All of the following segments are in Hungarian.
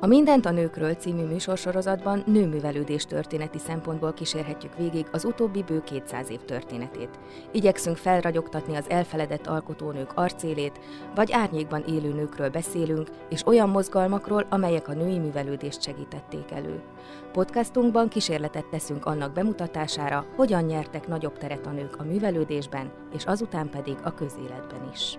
A Mindent a nőkről című műsorsorozatban nőművelődés történeti szempontból kísérhetjük végig az utóbbi bő 200 év történetét. Igyekszünk felragyogtatni az elfeledett alkotónők arcélét, vagy árnyékban élő nőkről beszélünk, és olyan mozgalmakról, amelyek a női művelődést segítették elő. Podcastunkban kísérletet teszünk annak bemutatására, hogyan nyertek nagyobb teret a nők a művelődésben, és azután pedig a közéletben is.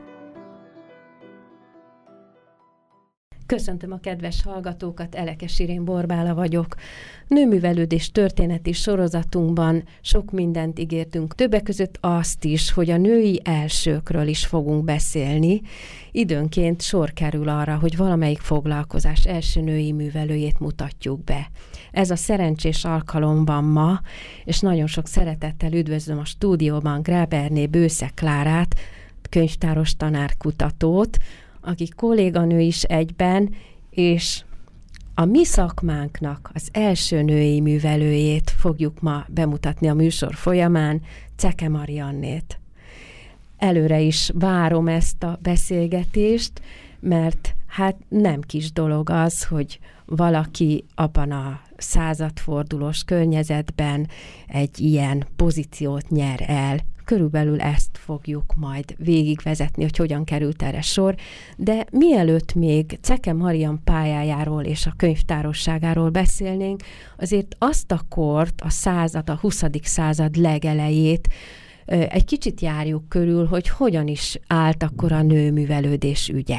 Köszöntöm a kedves hallgatókat, Elekes Irén Borbála vagyok. Nőművelődés történeti sorozatunkban sok mindent ígértünk, többek között azt is, hogy a női elsőkről is fogunk beszélni. Időnként sor kerül arra, hogy valamelyik foglalkozás első női művelőjét mutatjuk be. Ez a szerencsés alkalom van ma, és nagyon sok szeretettel üdvözlöm a stúdióban Gráberné Bősze Klárát, könyvtáros tanárkutatót, aki kolléganő is egyben, és a mi szakmánknak az első női művelőjét fogjuk ma bemutatni a műsor folyamán, Czeke Mariannét. Előre is várom ezt a beszélgetést, mert hát nem kis dolog az, hogy valaki abban a századfordulós környezetben egy ilyen pozíciót nyer el. Körülbelül ezt fogjuk majd végigvezetni, hogy hogyan került erre sor, de mielőtt még Czeke Mariann pályájáról és a könyvtárosságáról beszélnénk, azért azt a kort, a 20. század legelejét egy kicsit járjuk körül, hogy hogyan is állt akkor a nőművelődés ügye.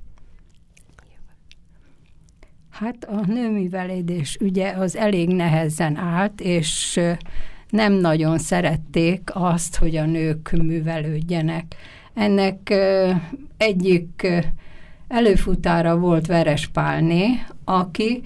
Hát a nőművelődés ügye az elég nehezen állt, és nem nagyon szerették azt, hogy a nők művelődjenek. Ennek egyik előfutára volt Verespálné, aki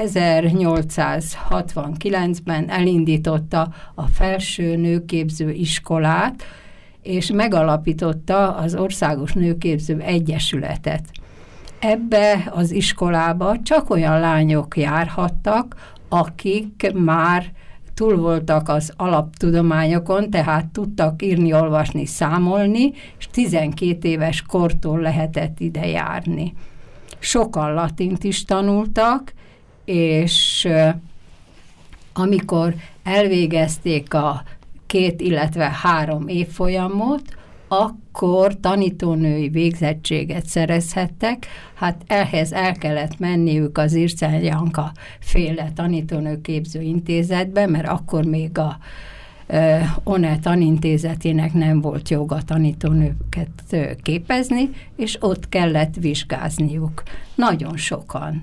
1869-ben elindította a felső nőképző iskolát, és megalapította az Országos Nőképző Egyesületet. Ebbe az iskolába csak olyan lányok járhattak, akik már túl voltak az alaptudományokon, tehát tudtak írni, olvasni, számolni, és 12 éves kortól lehetett ide járni. Sokan latint is tanultak, és amikor elvégezték a 2, illetve 3 évfolyamot, akkor tanítónői végzettséget szerezhettek, hát ehhez el kellett menniük az Ircen Janka féle tanítónőképző intézetbe, mert akkor még a ONE tanintézetének nem volt joga tanítónőket képezni, és ott kellett vizsgázniuk. Nagyon sokan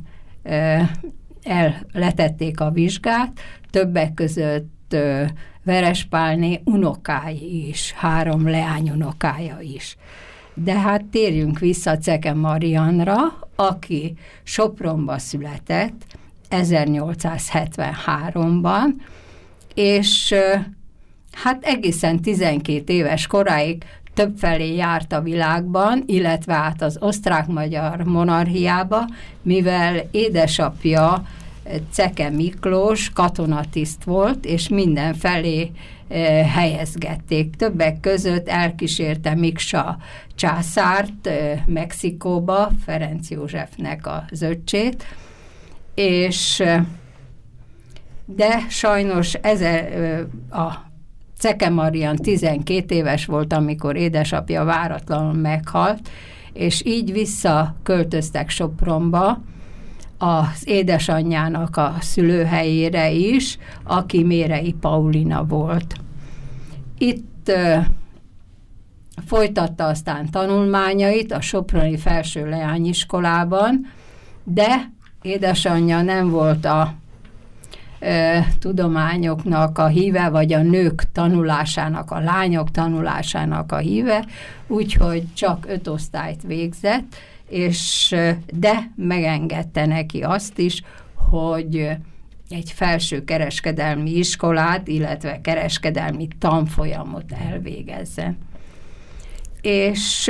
letették a vizsgát, többek között Verespálné unokái is, 3 leányunokája is. De hát térjünk vissza Czeke Mariannra, aki Sopronba született 1873-ban, és hát egészen 12 éves koráig többfelé járt a világban, illetve át az osztrák-magyar monarchiába, mivel édesapja Czeke Miklós katonatiszt volt, és mindenfelé helyezgették. Többek között elkísérte Miksa császárt Mexikóba, Ferenc Józsefnek az öccsét, és de sajnos a Czeke Mariann 12 éves volt, amikor édesapja váratlanul meghalt, és így visszaköltöztek Sopronba, az édesanyjának a szülőhelyére is, aki Mérei Paulina volt. Itt folytatta aztán tanulmányait a soproni felső leányiskolában, de édesanyja nem volt a tudományoknak a híve, vagy a nők tanulásának, a lányok tanulásának a híve, úgyhogy csak 5 osztályt végzett, de megengedte neki azt is, hogy egy felső kereskedelmi iskolát, illetve kereskedelmi tanfolyamot elvégezzen. És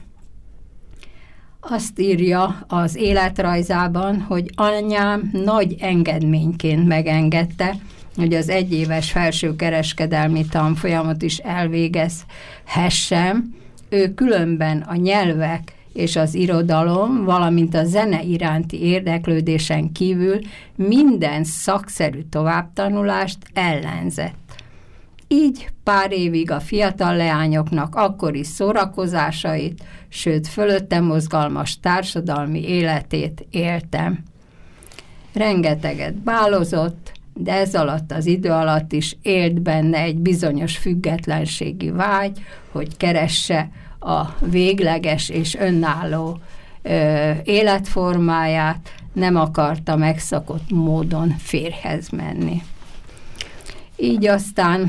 azt írja az életrajzában, hogy anyám nagy engedményként megengedte, hogy az 1 éves felső kereskedelmi tanfolyamot is elvégezhessem. Ő különben a nyelvek és az irodalom, valamint a zene iránti érdeklődésen kívül minden szakszerű továbbtanulást ellenzett. Így pár évig a fiatal leányoknak akkori szórakozásait, sőt fölötte mozgalmas társadalmi életét éltem. Rengeteget bálozott, de ez alatt az idő alatt is élt benne egy bizonyos függetlenségi vágy, hogy keresse a végleges és önálló életformáját, nem akarta megszokott módon férjhez menni. Így aztán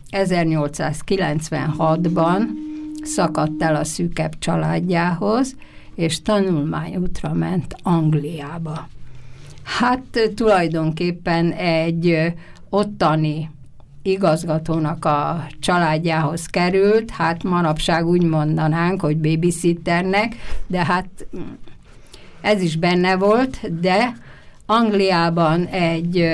1896-ban szakadt el a szűkebb családjához, és tanulmányútra ment Angliába. Hát tulajdonképpen egy ottani igazgatónak a családjához került, hát manapság úgy mondanánk, hogy babysitternek, de hát ez is benne volt, de Angliában egy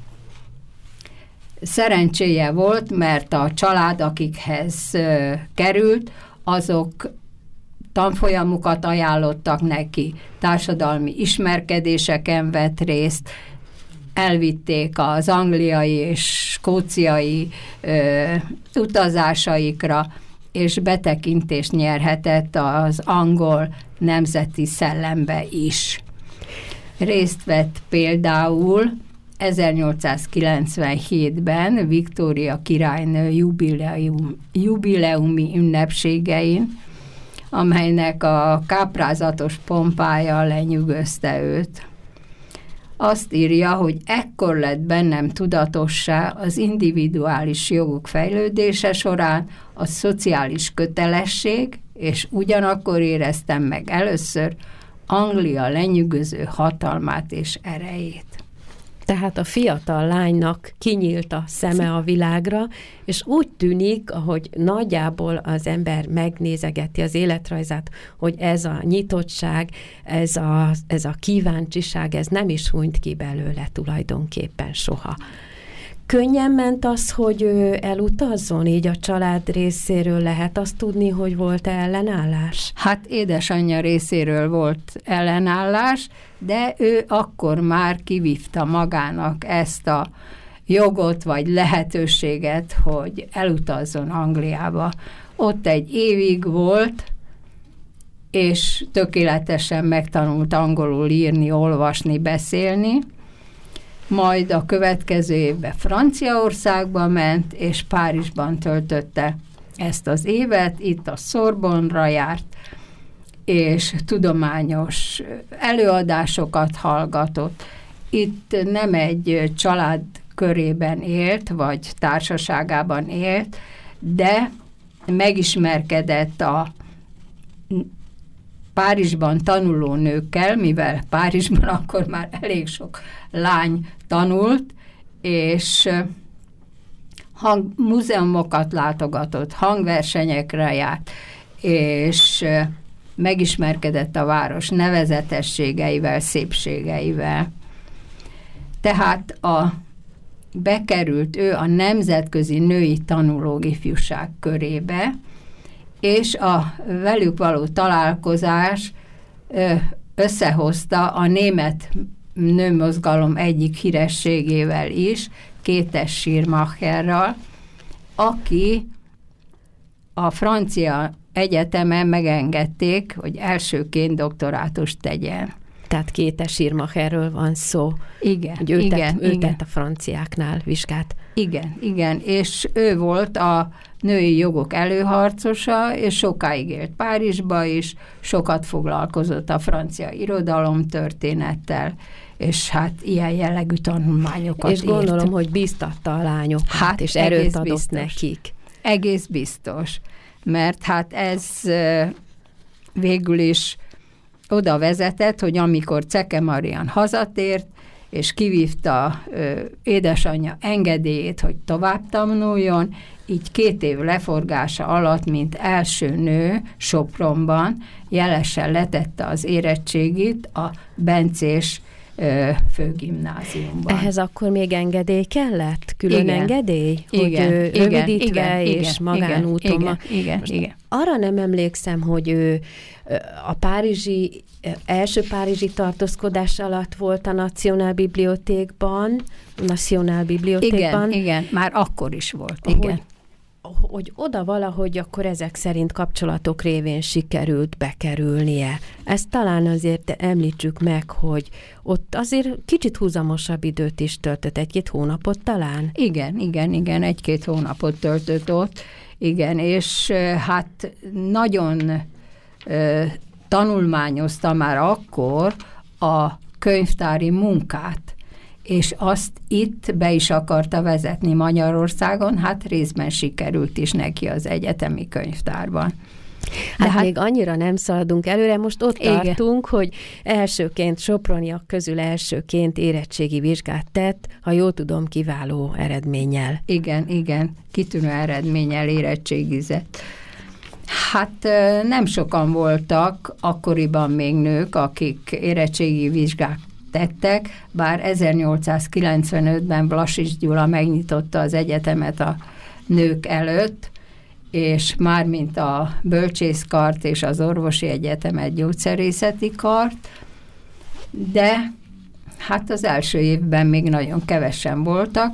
szerencséje volt, mert a család, akikhez került, azok tanfolyamokat ajánlottak neki, társadalmi ismerkedéseken vett részt, elvitték az angliai és skóciai utazásaikra, és betekintést nyerhetett az angol nemzeti szellembe is. Részt vett például 1897-ben Viktória királynő jubileumi ünnepségein, amelynek a káprázatos pompája lenyűgözte őt. Azt írja, hogy ekkor lett bennem tudatossá az individuális jogok fejlődése során a szociális kötelesség, és ugyanakkor éreztem meg először Anglia lenyűgöző hatalmát és erejét. Tehát a fiatal lánynak kinyílt a szeme a világra, és úgy tűnik, ahogy nagyjából az ember megnézegeti az életrajzát, hogy ez a nyitottság, ez a kíváncsiság, ez nem is hunyt ki belőle tulajdonképpen soha. Könnyen ment az, hogy ő elutazzon, így a család részéről lehet azt tudni, hogy volt ellenállás? Hát édesanyja részéről volt ellenállás, de ő akkor már kivívta magának ezt a jogot vagy lehetőséget, hogy elutazzon Angliába. Ott egy évig volt, és tökéletesen megtanult angolul írni, olvasni, beszélni, majd a következő évben Franciaországba ment, és Párizsban töltötte ezt az évet, itt a Sorbonne-ra járt, és tudományos előadásokat hallgatott. Itt nem egy család körében élt, vagy társaságában élt, de megismerkedett a Párizsban tanuló nőkkel, mivel Párizsban akkor már elég sok lány tanult, és múzeumokat látogatott, hangversenyekre járt, és megismerkedett a város nevezetességeivel, szépségeivel. Tehát bekerült ő a Nemzetközi Női Tanuló Ifjúság körébe, és a velük való találkozás összehozta a német nőmozgalom egyik hírességével is, Käthe Schirmacherrel, aki a francia egyetemen megengedték, hogy elsőként doktorátust tegyen. Tehát Käthe Schirmacherről van szó. Igen, hogy ő tett a franciáknál vizsgát. Igen, és ő volt a női jogok előharcosa, és sokáig élt Párizsba is, sokat foglalkozott a francia irodalom történettel, és hát ilyen jellegű tanulmányokat és gondolom, hogy bíztatta a lányokat, és erőt adott biztos nekik. Egész biztos, mert hát ez végül is oda vezetett, hogy amikor Ceke Marian hazatért, és kivívta édesanyja engedélyét, hogy tovább tanuljon, így 2 év leforgása alatt, mint első nő Sopronban jelesen letette az érettségit a bencés főgimnáziumban. Ehhez akkor még engedély kellett? Külön igen. engedély? Igen, hogy rövidítve és magánúton. Igen. Arra nem emlékszem, hogy ő a első párizsi tartózkodás alatt volt a Nacionálbibliotékban. Igen, már akkor is volt, igen. Hogy oda valahogy akkor ezek szerint kapcsolatok révén sikerült bekerülnie. Ezt talán azért említsük meg, hogy ott azért kicsit húzamosabb időt is töltött, 1-2 hónapot talán? Igen, 1-2 hónapot töltött ott, igen, és hát nagyon tanulmányozta már akkor a könyvtári munkát, és azt itt be is akarta vezetni Magyarországon, hát részben sikerült is neki az egyetemi könyvtárban. Hát még annyira nem szaladunk előre, most ott tartunk, hogy soproniak közül elsőként érettségi vizsgát tett, ha jól tudom, kiváló eredménnyel. Igen, kitűnő eredménnyel érettségizett. Hát nem sokan voltak akkoriban még nők, akik érettségi vizsgát tettek, bár 1895-ben Vlasics Gyula megnyitotta az egyetemet a nők előtt, és mármint a bölcsészkart és az orvosi egyetemet, gyógyszerészeti kart, de hát az első évben még nagyon kevesen voltak,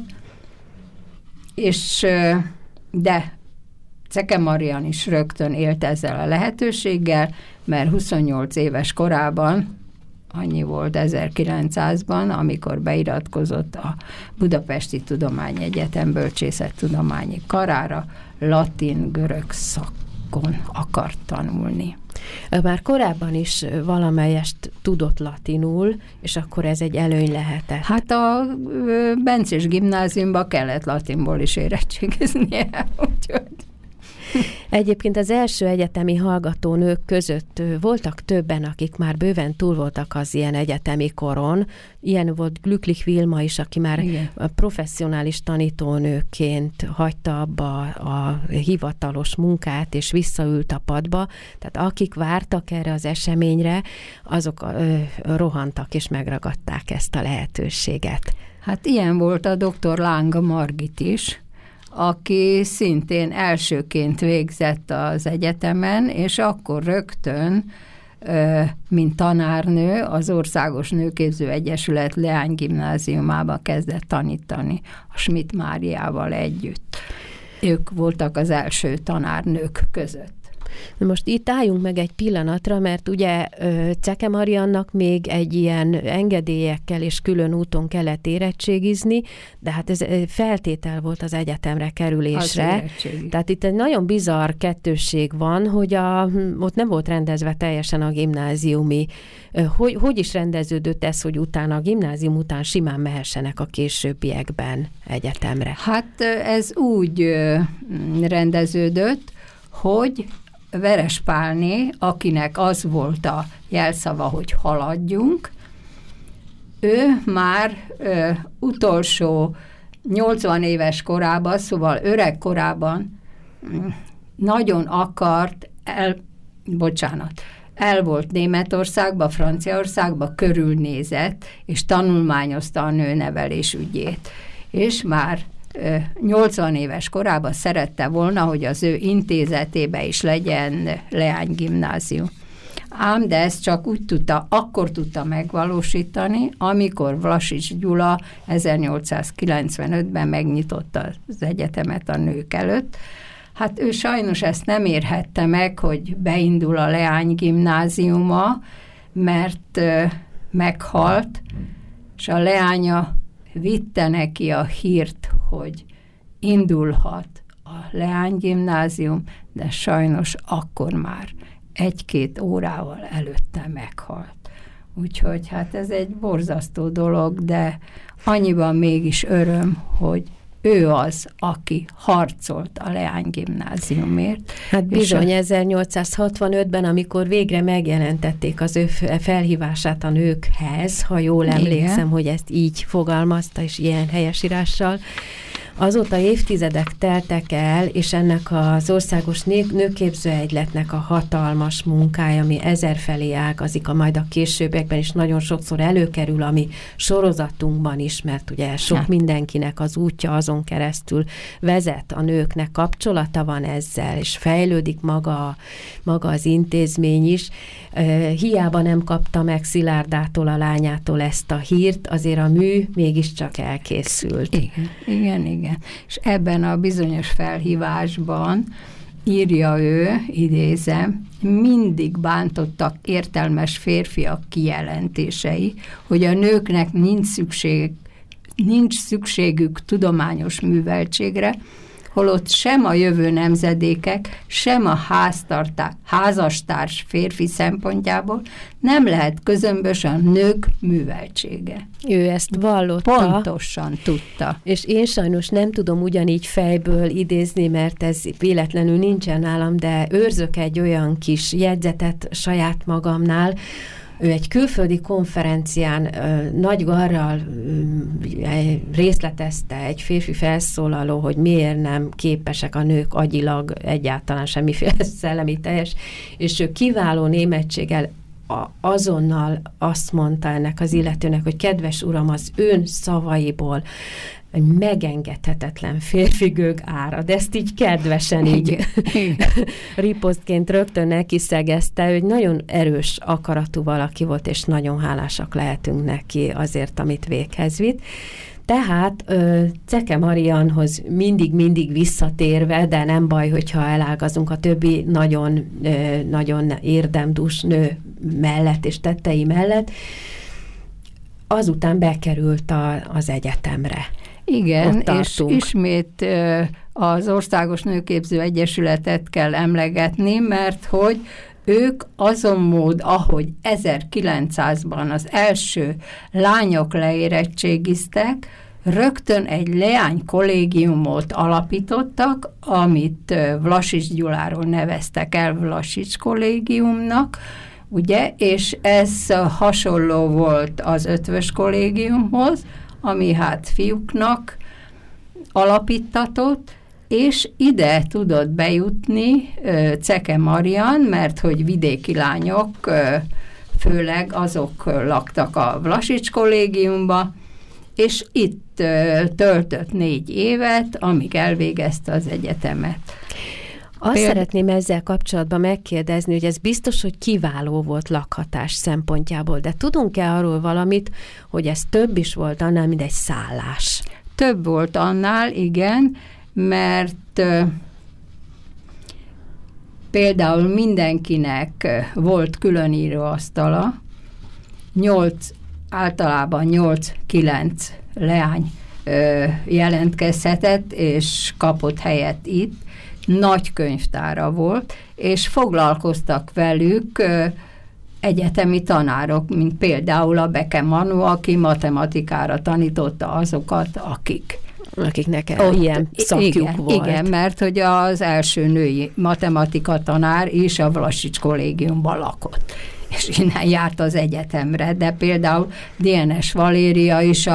és de Ceke Marian is rögtön élt ezzel a lehetőséggel, mert 28 éves korában, annyi volt 1900-ban, amikor beiratkozott a Budapesti Tudományegyetem bölcsészettudományi karára, latin-görög szakon akart tanulni. Már korábban is valamelyest tudott latinul, és akkor ez egy előny lehetett. Hát a Bencés gimnáziumban kellett latinból is érettségiznie, úgyhogy... Egyébként az első egyetemi hallgatónők között voltak többen, akik már bőven túl voltak az ilyen egyetemi koron. Ilyen volt Glücklich Vilma is, aki már professzionális tanítónőként hagyta abba a hivatalos munkát, és visszaült a padba. Tehát akik vártak erre az eseményre, azok rohantak és megragadták ezt a lehetőséget. Hát ilyen volt a dr. Láng Margit is, aki szintén elsőként végzett az egyetemen, és akkor rögtön, mint tanárnő, az Országos Nőképző Egyesület leánygimnáziumába kezdett tanítani a Schmidt Máriával együtt. Ők voltak az első tanárnők között. Most itt álljunk meg egy pillanatra, mert ugye Ceke Mariannak még egy ilyen engedélyekkel és külön úton kellett érettségizni, de hát ez feltétel volt az egyetemre kerülésre. Tehát itt egy nagyon bizarr kettősség van, hogy ott nem volt rendezve teljesen a gimnáziumi. Hogy is rendeződött ez, hogy utána a gimnázium után simán mehessenek a későbbiekben egyetemre? Hát ez úgy rendeződött, hogy Verespálné, akinek az volt a jelszava, hogy haladjunk, ő már utolsó 80 éves korában, szóval öreg korában nagyon akart, el volt Németországba, Franciaországba, körülnézett, és tanulmányozta a nőnevelés ügyét. És már 80 éves korában szerette volna, hogy az ő intézetébe is legyen leánygimnázium. Ám de ezt csak akkor tudta megvalósítani, amikor Vlasics Gyula 1895-ben megnyitotta az egyetemet a nők előtt. Hát ő sajnos ezt nem érhette meg, hogy beindul a leánygimnáziuma, mert meghalt, és a leánya vitte neki a hírt, hogy indulhat a leánygimnázium, de sajnos akkor már 1-2 órával előtte meghalt. Úgyhogy hát ez egy borzasztó dolog, de annyiban mégis öröm, hogy ő az, aki harcolt a leánygimnáziumért. Hát bizony, 1865-ben, amikor végre megjelentették az ő felhívását a nőkhez, ha jól emlékszem, hogy ezt így fogalmazta, és ilyen helyesírással, Azóta évtizedek teltek el, és ennek az országos nőképzőegyletnek a hatalmas munkája, ami ezerfelé ágazik, majd a későbbiekben is nagyon sokszor előkerül, ami sorozatunkban is, mert ugye sok mindenkinek az útja azon keresztül vezet, a nőknek kapcsolata van ezzel, és fejlődik maga az intézmény is. Hiába nem kapta meg Szilárdától, a lányától ezt a hírt, azért a mű mégiscsak elkészült. Igen. És ebben a bizonyos felhívásban írja ő, idézem, mindig bántottak értelmes férfiak kijelentései, hogy a nőknek nincs szükségük tudományos műveltségre, holott sem a jövő nemzedékek, sem a házastárs férfi szempontjából nem lehet közömbös a nők műveltsége. Ő ezt vallotta. Pontosan tudta. És én sajnos nem tudom ugyanígy fejből idézni, mert ez véletlenül nincsen nálam, de őrzök egy olyan kis jegyzetet saját magamnál. Ő egy külföldi konferencián nagy garral részletezte egy férfi felszólaló, hogy miért nem képesek a nők agyilag egyáltalán semmiféle szellemi teljes, és ő kiváló németséggel azonnal azt mondta ennek az illetőnek, hogy kedves uram, az ön szavaiból egy megengedhetetlen férfigőg árad. Ezt így kedvesen így riposztként rögtön neki szegezte, hogy nagyon erős akaratú valaki volt, és nagyon hálásak lehetünk neki azért, amit véghez vitt. Tehát Ceke Marianhoz mindig visszatérve, de nem baj, hogyha elágazunk a többi nagyon érdemdús nő mellett és tettei mellett, azután bekerült az egyetemre. Igen, és ismét az Országos Nőképző Egyesületet kell emlegetni, mert hogy ők azon mód, ahogy 1900-ban az első lányok leérettségiztek, rögtön egy leány kollégiumot alapítottak, amit Vlasics Gyuláról neveztek el Vlasics kollégiumnak, ugye, és ez hasonló volt az Ötvös kollégiumhoz, ami hát fiúknak alapítatott, és ide tudott bejutni Ceke Marian, mert hogy vidéki lányok, főleg azok laktak a Vlasics kollégiumba, és itt töltött 4 évet, amíg elvégezte az egyetemet. Azt szeretném ezzel kapcsolatban megkérdezni, hogy ez biztos, hogy kiváló volt lakhatás szempontjából, de tudunk-e arról valamit, hogy ez több is volt annál, mint egy szállás? Több volt annál, igen, mert például mindenkinek volt külön íróasztala, általában 8-9 leány jelentkezhetett, és kapott helyet itt, nagy könyvtára volt, és foglalkoztak velük egyetemi tanárok, mint például a Beke Manu, aki matematikára tanította azokat, akiknek ilyen szakjuk volt. Igen, mert hogy az első női matematika tanár is a Vlasics kollégiumban lakott, és innen járt az egyetemre, de például DNS Valéria is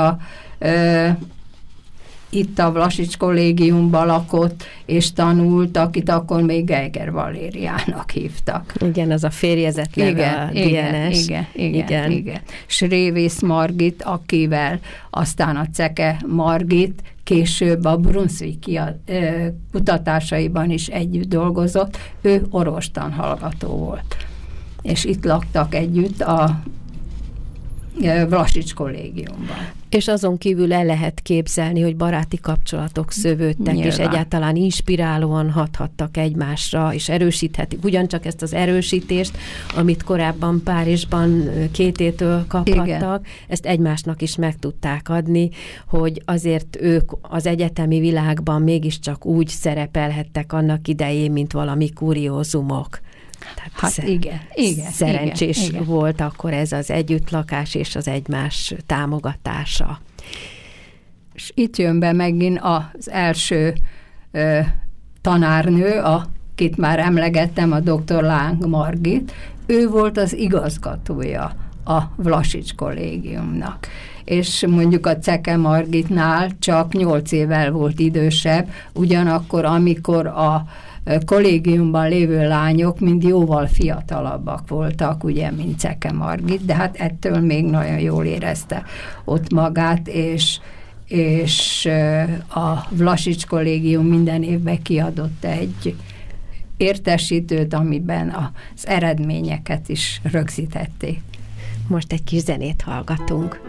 itt a Vlasics kollégiumban lakott, és tanult, akit akkor még Geiger Valériának hívtak. Igen, az a férjezett neve a DNS. Igen. Srévész Margit, akivel aztán a Ceke Margit később a Brunswicki kutatásaiban is együtt dolgozott, ő orvostanhallgató volt. És itt laktak együtt a Vlasics kollégiumban. És azon kívül el lehet képzelni, hogy baráti kapcsolatok szövődtek, nyilván. És egyáltalán inspirálóan hathattak egymásra, és erősíthetik ugyancsak ezt az erősítést, amit korábban Párizsban Kététől kaphattak, igen. Ezt egymásnak is meg tudták adni, hogy azért ők az egyetemi világban mégiscsak úgy szerepelhettek annak idején, mint valami kuriózumok. Hát igen. Szerencsés volt akkor ez az együttlakás és az egymás támogatása. És itt jön be megint az első tanárnő, akit már emlegettem, a dr. Láng Margit. Ő volt az igazgatója a Vlasics Kollégiumnak. És mondjuk a Ceke Margitnál csak 8 évvel volt idősebb, ugyanakkor, amikor a kollégiumban lévő lányok mind jóval fiatalabbak voltak, ugye, mint Ceke Margit, de hát ettől még nagyon jól érezte ott magát, és a Vlasics Kollégium minden évben kiadott egy értesítőt, amiben az eredményeket is rögzítették. Most egy kis zenét hallgatunk.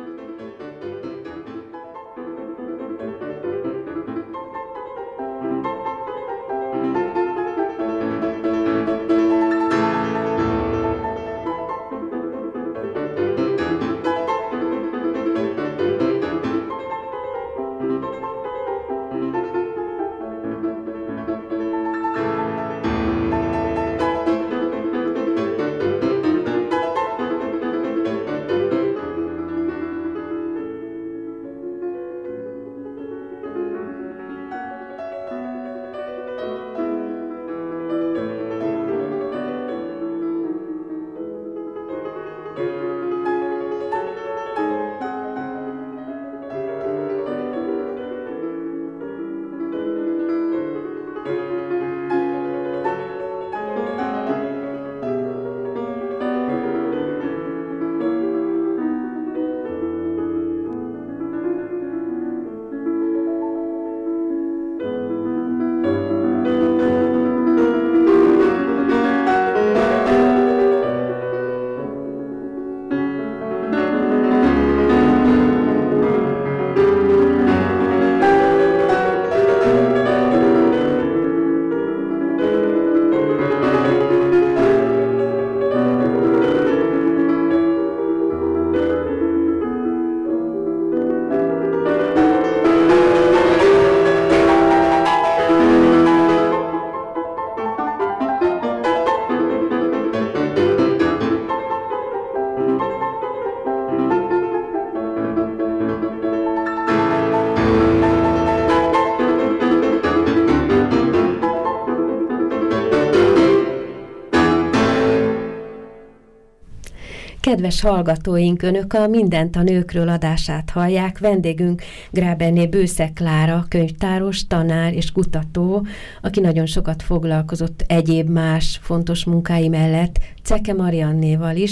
Kedves hallgatóink, Önök a Mindent a nőkről adását hallják. Vendégünk Gráberné Bősze Klára, könyvtáros, tanár és kutató, aki nagyon sokat foglalkozott egyéb más fontos munkái mellett Ceke Mariannéval is,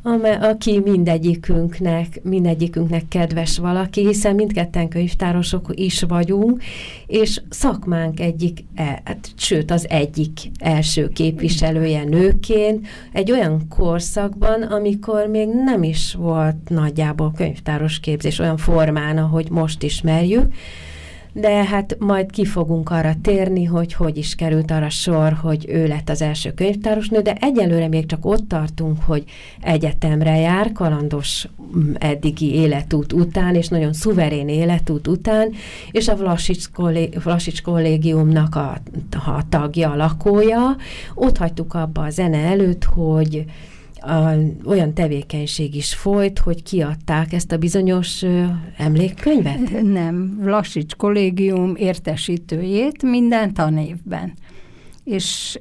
aki mindegyikünknek kedves valaki, hiszen mindketten könyvtárosok is vagyunk, és szakmánk sőt az egyik első képviselője nőként, egy olyan korszakban, amikor még nem is volt nagyjából könyvtáros képzés olyan formán, ahogy most ismerjük, de hát majd ki fogunk arra térni, hogy is került arra sor, hogy ő lett az első könyvtárosnő, de egyelőre még csak ott tartunk, hogy egyetemre jár, kalandos eddigi életút után, és nagyon szuverén életút után, és a Vlasics Kollégiumnak a tagja, a lakója. Ott hagytuk abba a zene előtt, hogy olyan tevékenység is folyt, hogy kiadták ezt a bizonyos emlékkönyvet? Nem, Vlasics Kollégium értesítőjét minden tanévben. És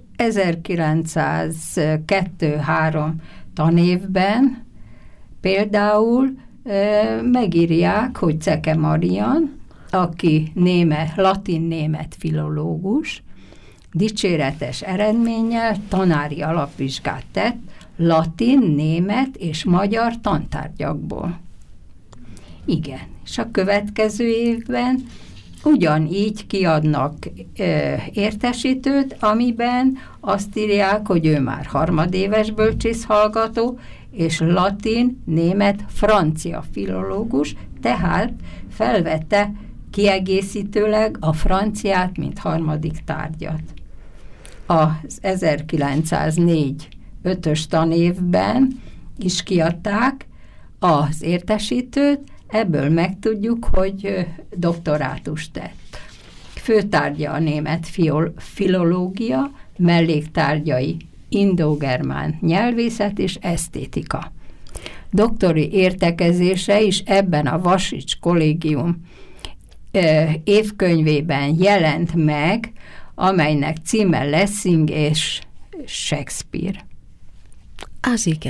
1902-3 tanévben például megírják, hogy Ceke Marian, aki latin-német filológus, dicséretes eredménnyel tanári alapvizsgát tett latin, német és magyar tantárgyakból. Igen, és a következő évben ugyanígy kiadnak értesítőt, amiben azt írják, hogy ő már harmadéves bölcsészhallgató, és latin, német, francia filológus, tehát felvette kiegészítőleg a franciát, mint harmadik tárgyat. Az 1904-5-ös tanévben is kiadták az értesítőt, ebből megtudjuk, hogy doktorátust tett. Főtárgya a német filológia, melléktárgyai indogermán nyelvészet és esztétika. Doktori értekezése is ebben a Vlasics Kollégium évkönyvében jelent meg, amelynek címe Lessing és Shakespeare. Az igen.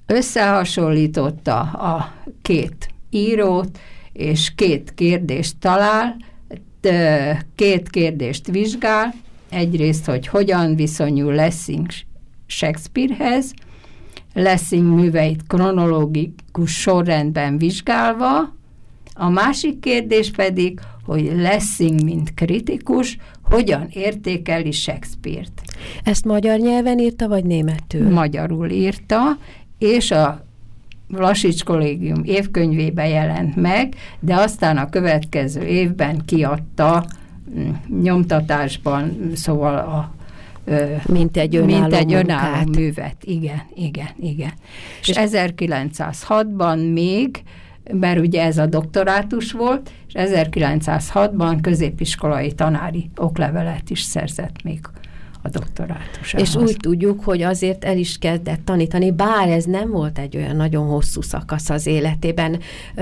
összehasonlította a két írót, és két kérdést talál, két kérdést vizsgál, egyrészt, hogy hogyan viszonyul Lessing Shakespearehez, Lessing műveit kronológikus sorrendben vizsgálva, a másik kérdés pedig, hogy Lessing, mint kritikus, hogyan értékeli Shakespeare-t. Ezt magyar nyelven írta, vagy németül? Magyarul írta, és a Lassics Kollégium évkönyvébe jelent meg, de aztán a következő évben kiadta nyomtatásban, szóval mint egy önálló művet. Igen. És 1906-ban még, mert ugye ez a doktorátus volt, és 1906-ban középiskolai tanári oklevelet is szerzett még a doktorátusához. És úgy tudjuk, hogy azért el is kezdett tanítani, bár ez nem volt egy olyan nagyon hosszú szakasz az életében,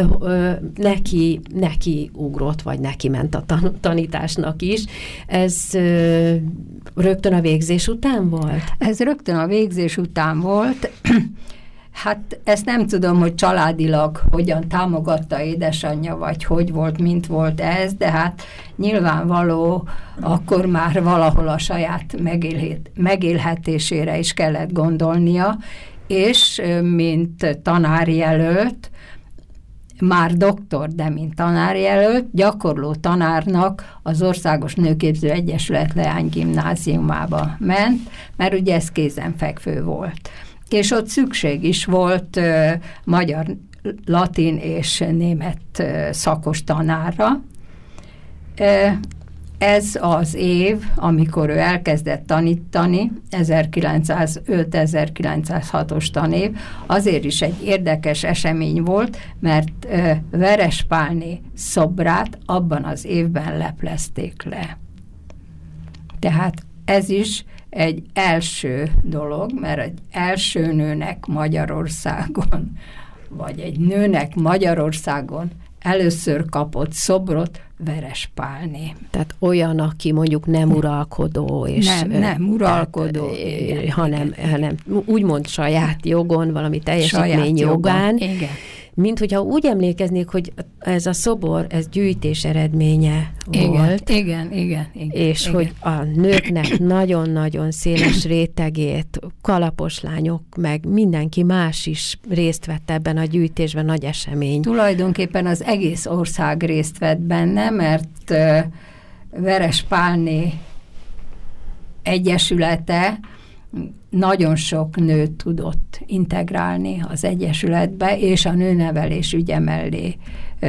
neki ugrott, vagy neki ment a tanításnak is. Ez rögtön a végzés után volt? Ez rögtön a végzés után volt. Hát ezt nem tudom, hogy családilag hogyan támogatta édesanyja, vagy hogy volt, mint volt ez, de hát nyilvánvaló, akkor már valahol a saját megélhetésére is kellett gondolnia, és mint tanárjelölt, már doktor, de mint tanárjelölt, gyakorló tanárnak az Országos Nőképző Egyesület leánygimnáziumába ment, mert ugye ez kézenfekvő volt. És ott szükség is volt magyar, latin és német szakos tanárra. Ez az év, amikor ő elkezdett tanítani, 1905-1906-os tanév, azért is egy érdekes esemény volt, mert Verespálné szobrát abban az évben leplezték le. Tehát ez is egy első dolog, mert egy első nőnek Magyarországon, vagy egy nőnek Magyarországon először kapott szobrot Verespálné. Tehát olyan, aki mondjuk nem uralkodó, és nem uralkodó, hanem úgymond saját jogon, valami teljesítmény jogán. Igen. Mint hogyha úgy emlékeznék, hogy ez a szobor, ez gyűjtés eredménye volt. Igen. És hogy a nőknek nagyon-nagyon széles rétegét, kalapos lányok, meg mindenki más is részt vett ebben a gyűjtésben, nagy esemény. Tulajdonképpen az egész ország részt vett benne, mert Verespálné egyesülete nagyon sok nőt tudott integrálni az egyesületbe, és a nőnevelés ügye mellé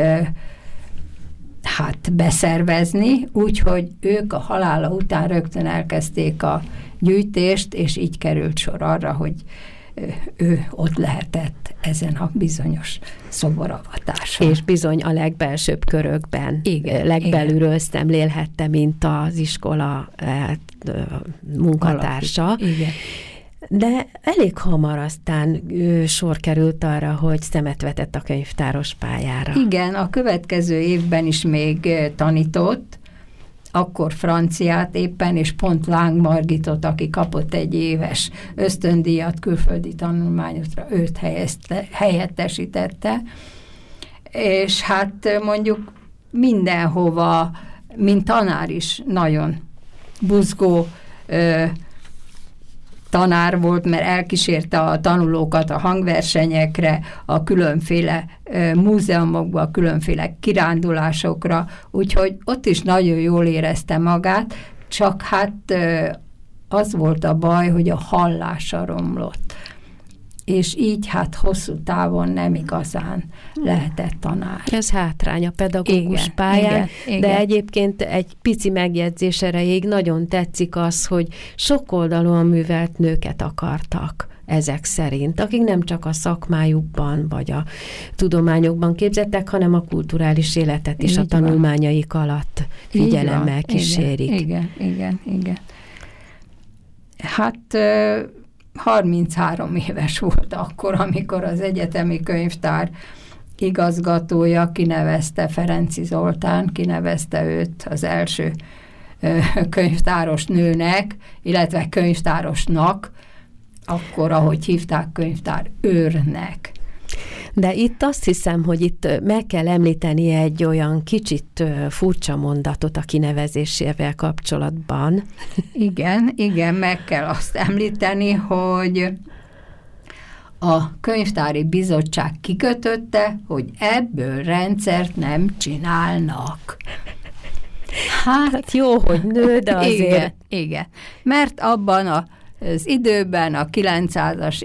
beszervezni, úgyhogy ők a halála után rögtön elkezdték a gyűjtést, és így került sor arra, hogy ő ott lehetett ezen a bizonyos szoboravatáson. És bizony a legbelsőbb körökben, legbelülről szemlélhette, mint az iskola munkatársa. Igen. De elég hamar aztán sor került arra, hogy szemet vetett a könyvtáros pályára. Igen, a következő évben is még tanított, akkor franciát éppen, és pont Láng Margitot, aki kapott egy éves ösztöndíjat külföldi tanulmányokra, őt helyettesítette, és hát mondjuk mindenhova, mint tanár is nagyon buzgó tanár volt, mert elkísérte a tanulókat a hangversenyekre, a különféle múzeumokba, a különféle kirándulásokra, úgyhogy ott is nagyon jól érezte magát, csak hát az volt a baj, hogy a hallása romlott. És így hát hosszú távon nem igazán lehetett tanár. Ez hátrány a pedagógus pályán, igen. De egyébként egy pici megjegyzés erejéig nagyon tetszik az, hogy sokoldalúan művelt nőket akartak ezek szerint, akik nem csak a szakmájukban vagy a tudományokban képzettek, hanem a kulturális életet is a tanulmányaik alatt figyelemmel kísérik. Igen. Hát 33 éves volt akkor, amikor az egyetemi könyvtár igazgatója kinevezte, Ferenczy Zoltán kinevezte őt az első könyvtáros nőnek, illetve könyvtárosnak akkor, ahogy hívták, könyvtár őrnek. De itt azt hiszem, hogy itt meg kell említeni egy olyan kicsit furcsa mondatot a kinevezésével kapcsolatban. Igen, meg kell azt említeni, hogy a könyvtári bizottság kikötötte, hogy ebből rendszert nem csinálnak. Hát jó, hogy nő, de azért... Igen. Mert abban az időben, a 900-as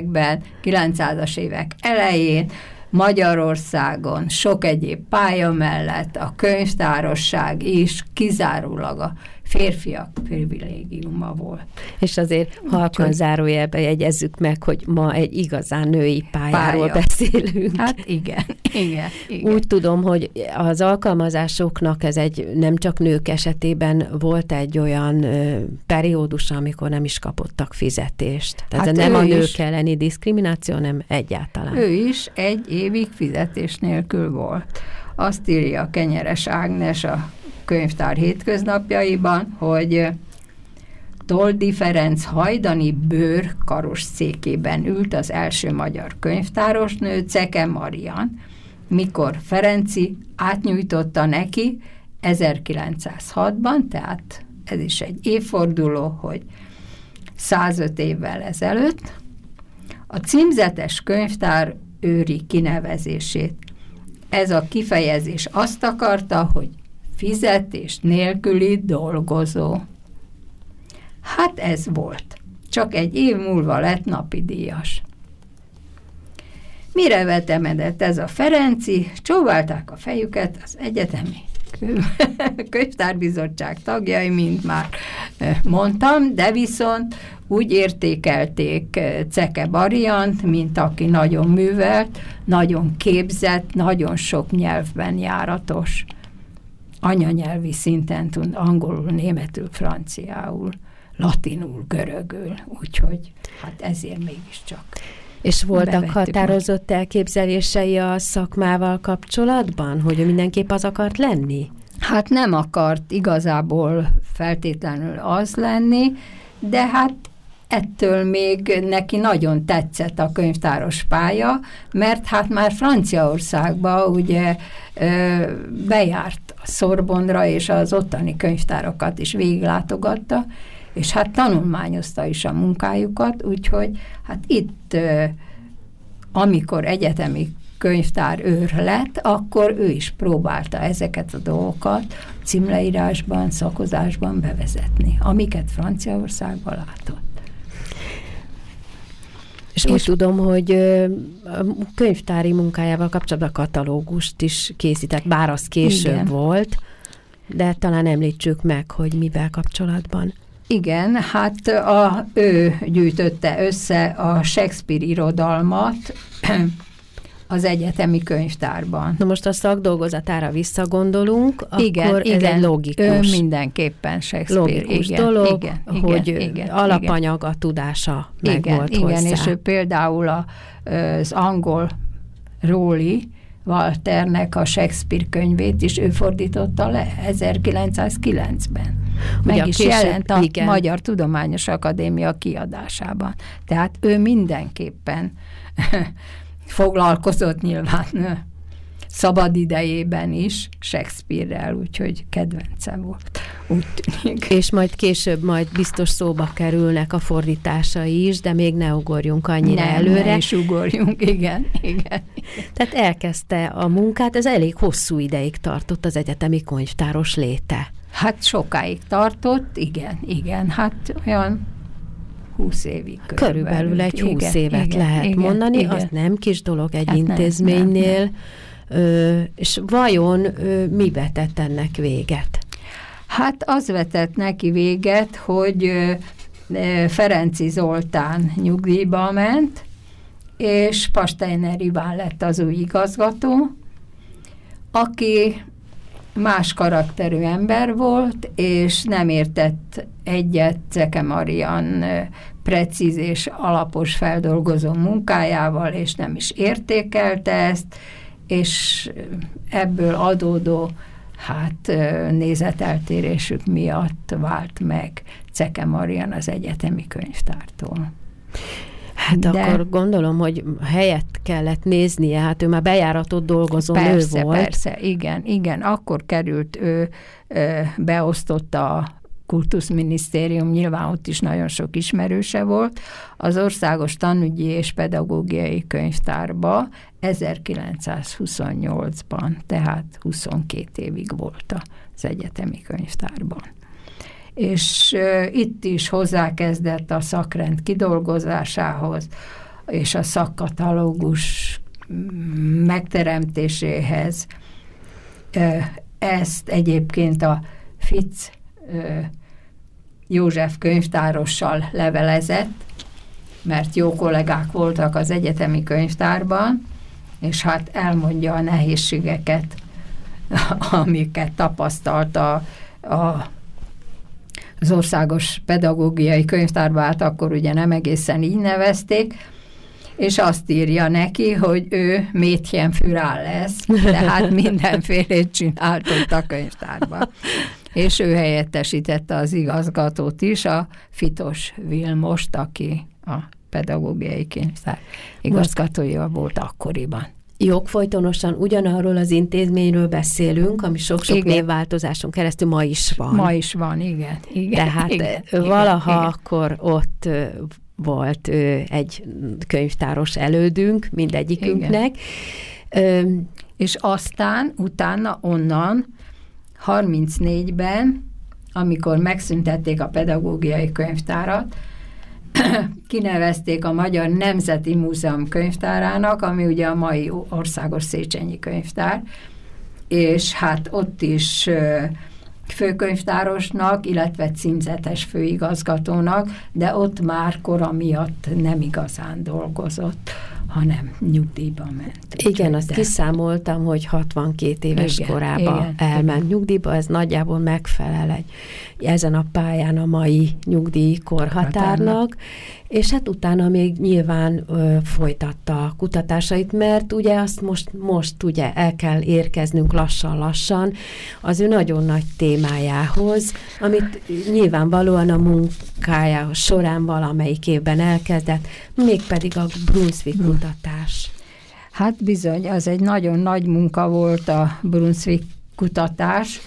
évek elején Magyarországon sok egyéb pálya mellett a könyvtárosság is kizárólag a férfiak privilégiuma volt. És azért halkan zárójelbe jegyezzük meg, hogy ma egy igazán női pályáról beszélünk. Hát igen. Úgy tudom, hogy az alkalmazásoknak ez nem csak nők esetében volt egy olyan periódus, amikor nem is kapottak fizetést. Tehát hát nem a nők elleni diszkrimináció, nem egyáltalán. Ő is egy évig fizetés nélkül volt. Azt írja Kenyeres Ágnes a könyvtár hétköznapjaiban, hogy Toldi Ferenc hajdani bőr karosszékében ült az első magyar könyvtárosnő, Ceke Marian, mikor Ferenci átnyújtotta neki 1906-ban, tehát ez is egy évforduló, hogy 105 évvel ezelőtt, a címzetes könyvtár őri kinevezését. Ez a kifejezés azt akarta, hogy fizetés nélküli dolgozó. Hát ez volt. Csak egy év múlva lett napidíjas. Mire vetemedett ez a Ferenci? Csóválták a fejüket az egyetemi könyvtárbizottság tagjai, mint már mondtam, de viszont úgy értékelték Ceke Mariant, mint aki nagyon művelt, nagyon képzett, nagyon sok nyelvben járatos. Anyanyelvi szinten tud angolul, németül, franciául, latinul, görögül, úgyhogy hát ezért mégiscsak. És voltak határozott elképzelései a szakmával kapcsolatban, hogy mindenképp az akart lenni? Hát nem akart igazából feltétlenül az lenni, de hát ettől még neki nagyon tetszett a könyvtáros pálya, mert hát már Franciaországba ugye bejárt a Sorbonra, és az ottani könyvtárakat is végiglátogatta, és hát tanulmányozta is a munkájukat, úgyhogy hát itt, amikor egyetemi könyvtár őr lett, akkor ő is próbálta ezeket a dolgokat címleírásban, szakozásban bevezetni, amiket Franciaországban látott. És úgy tudom, hogy a könyvtári munkájával kapcsolatban katalógust is készített, bár az később volt, de talán említsük meg, hogy mivel kapcsolatban. Igen, hát ő gyűjtötte össze a Shakespeare irodalmat az egyetemi könyvtárban. Na most a szakdolgozatára visszagondolunk, akkor ez egy logikus. Ő mindenképpen Shakespeare. Logikus dolog, hogy alapanyag, a tudása meg volt hozzá. Igen, és ő például az angol Rowley Walternek a Shakespeare könyvét is ő fordította le 1909-ben. Meg is jelent a Magyar Tudományos Akadémia kiadásában. Tehát ő mindenképpen foglalkozott nyilván szabad idejében is Shakespeare-rel, úgyhogy kedvence volt, úgy tűnik. És majd később biztos szóba kerülnek a fordításai is, de még ne ugorjunk annyira előre. Ne is ugorjunk, igen. Tehát elkezdte a munkát, ez elég hosszú ideig tartott az egyetemi könyvtáros léte. Hát sokáig tartott, igen, hát olyan 20 évig körülbelül egy 20 évet lehet mondani, igen. az nem kis dolog egy intézménynél. Nem. És vajon mi vetett ennek véget? Hát az vetett neki véget, hogy Ferenci Zoltán nyugdíjba ment, és Pasteiner Iván lett az új igazgató, aki más karakterű ember volt, és nem értett egyet Ceke Marian precíz és alapos feldolgozó munkájával, és nem is értékelte ezt, és ebből adódó nézeteltérésük miatt vált meg Ceke Marian az egyetemi könyvtártól. Hát akkor gondolom, hogy helyet kellett néznie, hát ő már bejáratott dolgozó nő volt. Persze, igen. Akkor került, ő beosztotta a Kultuszminisztérium, nyilván ott is nagyon sok ismerőse volt, az Országos Tanügyi és Pedagógiai Könyvtárba 1928-ban, tehát 22 évig volt az egyetemi könyvtárban. És itt is hozzákezdett a szakrend kidolgozásához, és a szakkatalógus megteremtéséhez. Ezt egyébként a Fitz József könyvtárossal levelezett, mert jó kollégák voltak az egyetemi könyvtárban, és hát elmondja a nehézségeket, amiket tapasztalta az Országos Pedagógiai Könyvtárban, hát akkor ugye nem egészen így nevezték, és azt írja neki, hogy ő Mädchenführer lesz, tehát mindenfélét csinált ott a könyvtárban. És ő helyettesítette az igazgatót is, a Fitos Vilmost, aki a pedagógiai könyvtár igazgatója volt akkoriban. Jogfolytonosan ugyanarról az intézményről beszélünk, ami sok-sok névváltozáson keresztül ma is van. Ma is van, igen. Tehát valaha akkor ott volt egy könyvtáros elődünk mindegyikünknek. És aztán utána onnan 34-ben, amikor megszüntették a pedagógiai könyvtárat, kinevezték a Magyar Nemzeti Múzeum könyvtárának, ami ugye a mai Országos Széchenyi Könyvtár, és hát ott is főkönyvtárosnak, illetve címzetes főigazgatónak, de ott már kora miatt nem igazán dolgozott, hanem nyugdíjba ment. Igen, azt kiszámoltam, hogy 62 éves korában elment nyugdíjba, ez nagyjából megfelel ezen a pályán a mai nyugdíjkorhatárnak, és hát utána még nyilván folytatta a kutatásait, mert ugye azt most ugye el kell érkeznünk lassan-lassan az ő nagyon nagy témájához, amit nyilvánvalóan a munkája során valamelyik évben elkezdett, mégpedig a Brunswick kutatás. Hát bizony, az egy nagyon nagy munka volt a Brunswick kutatás.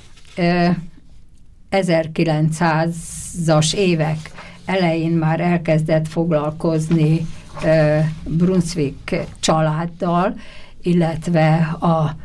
1900-as évek elején már elkezdett foglalkozni Brunswick családdal, illetve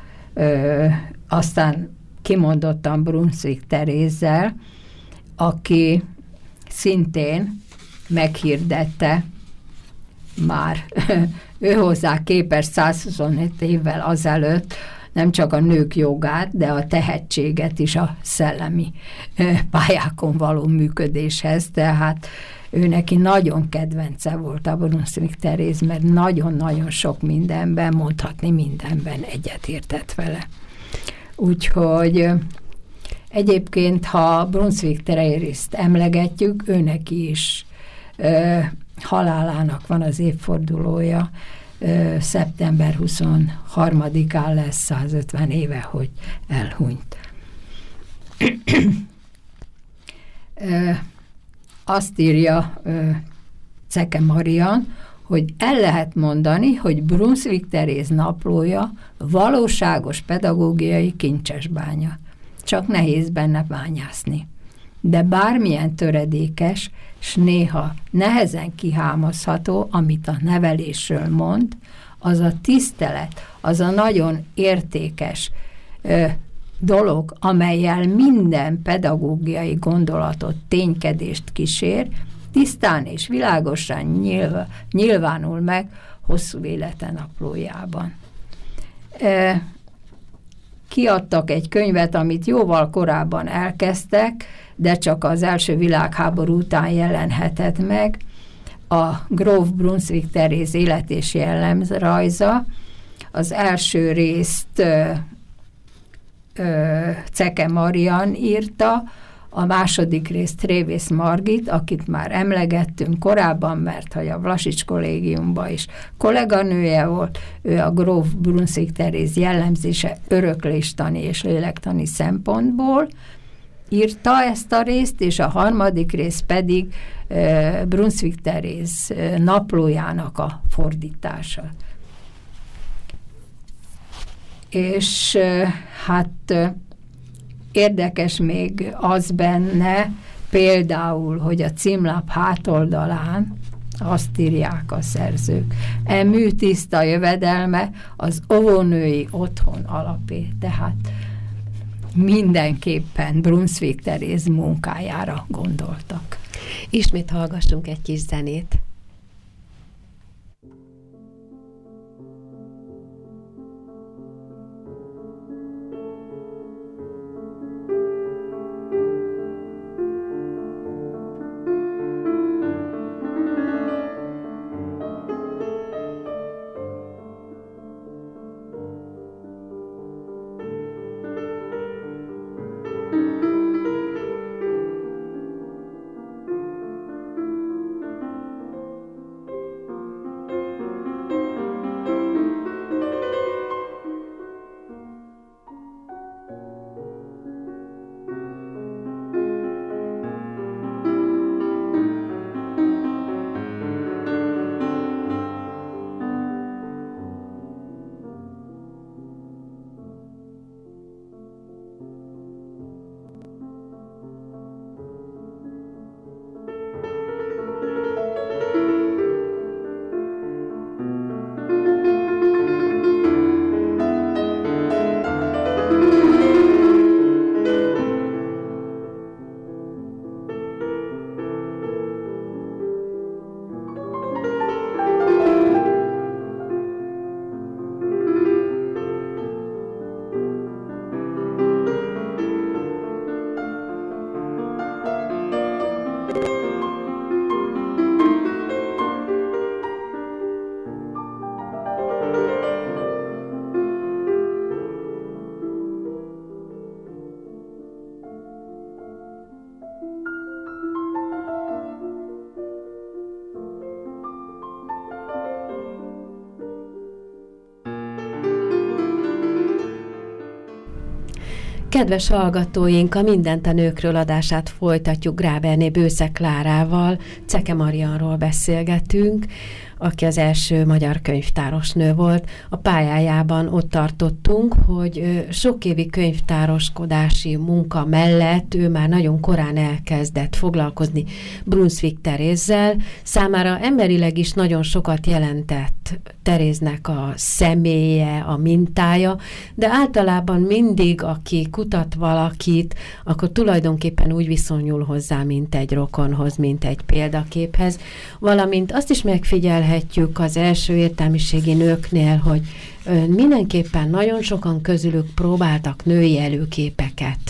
aztán kimondottan Brunswick Terézzel, aki szintén meghirdette már őhozzá képes 125 évvel azelőtt nem csak a nők jogát, de a tehetséget is a szellemi pályákon való működéshez, tehát ő neki nagyon kedvence volt a Brunswick Teréz, mert nagyon-nagyon sok mindenben, mondhatni mindenben egyetértett vele. Úgyhogy egyébként, ha Brunswick Terézt emlegetjük, ő neki is halálának van az évfordulója, szeptember 23-án lesz 150 éve, hogy elhunyt. Azt írja Ceke Marian, hogy el lehet mondani, hogy Brunswick Teréz naplója valóságos pedagógiai kincsesbánya. Csak nehéz benne bányászni. De bármilyen töredékes, s néha nehezen kihámozható, amit a nevelésről mond, az a tisztelet, az a nagyon értékes dolog, amellyel minden pedagógiai gondolatot, ténykedést kísér, tisztán és világosan nyilvánul meg hosszú élete naplójában. Kiadtak egy könyvet, amit jóval korábban elkezdtek, de csak az első világháború után jelenhetett meg, a gróf Brunswick Teréz élet és jellemrajza. Az első részt Ceke Marian írta, a második részt Trévész Margit, akit már emlegettünk korábban, mert hogy a Vlasics kollégiumban is kolléganője volt, ő a gróf Brunswick Teréz jellemzése örökléstani és lélektani szempontból, írta ezt a részt, és a harmadik rész pedig Brunswick Teréz naplójának a fordítása. És hát érdekes még az benne, például, hogy a címlap hátoldalán azt írják a szerzők: műtiszta jövedelme az óvónői otthon alapé. Tehát mindenképpen Brunswick Teréz munkájára gondoltak. Ismét hallgassunk egy kis zenét. Kedves hallgatóink, a Mindent a nőkről adását folytatjuk Gráberné Bősze Klárával. Ceke Marianról beszélgetünk, aki az első magyar könyvtáros nő volt. A pályájában ott tartottunk, hogy sok évi könyvtároskodási munka mellett ő már nagyon korán elkezdett foglalkozni Brunswick Terézzel. Számára emberileg is nagyon sokat jelentett Teréznek a személye, a mintája, de általában mindig, aki kutat valakit, akkor tulajdonképpen úgy viszonyul hozzá, mint egy rokonhoz, mint egy példaképhez. Valamint azt is megfigyelhetjük az első értelmiségi nőknél, hogy mindenképpen nagyon sokan közülük próbáltak női előképeket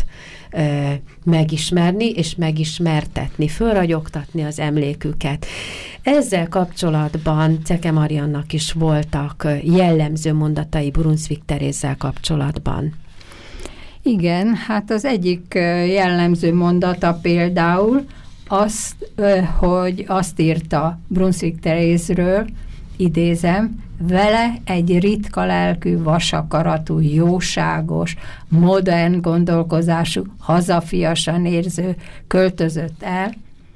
megismerni és megismertetni, fölragyogtatni az emléküket. Ezzel kapcsolatban Ceke Mariannak is voltak jellemző mondatai Brunswick Terézzel kapcsolatban. Igen, hát az egyik jellemző mondata például az, hogy azt írta Brunswick Terézről, idézem, vele egy ritka lelkű, vasakaratú, jóságos, modern gondolkozású, hazafiasan érző költözött el,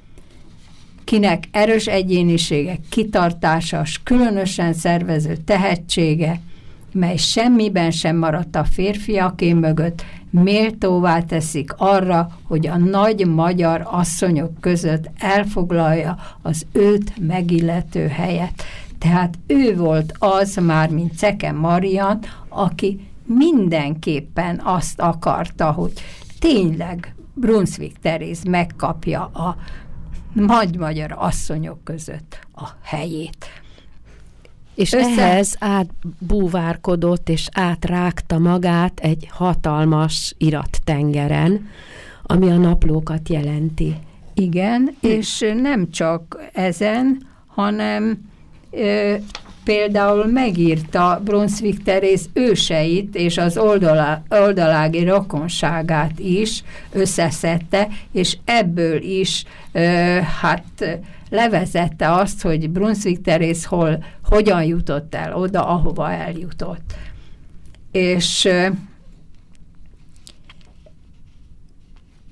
kinek erős egyénisége, kitartásas, különösen szervező tehetsége, mely semmiben sem maradt a férfiaké mögött, méltóvá teszik arra, hogy a nagy magyar asszonyok között elfoglalja az őt megillető helyet. Tehát ő volt az már, mint Ceke Marian, aki mindenképpen azt akarta, hogy tényleg Brunswick Teréz megkapja a nagy magyar asszonyok között a helyét. És ehhez átbúvárkodott és átrágta magát egy hatalmas irattengeren, ami a naplókat jelenti. Igen, és nem csak ezen, hanem például megírta Brunswick Teréz őseit és az oldalági rokonságát is összeszedte, és ebből is hát levezette azt, hogy Brunswick Teréz hogyan jutott el oda, ahova eljutott. És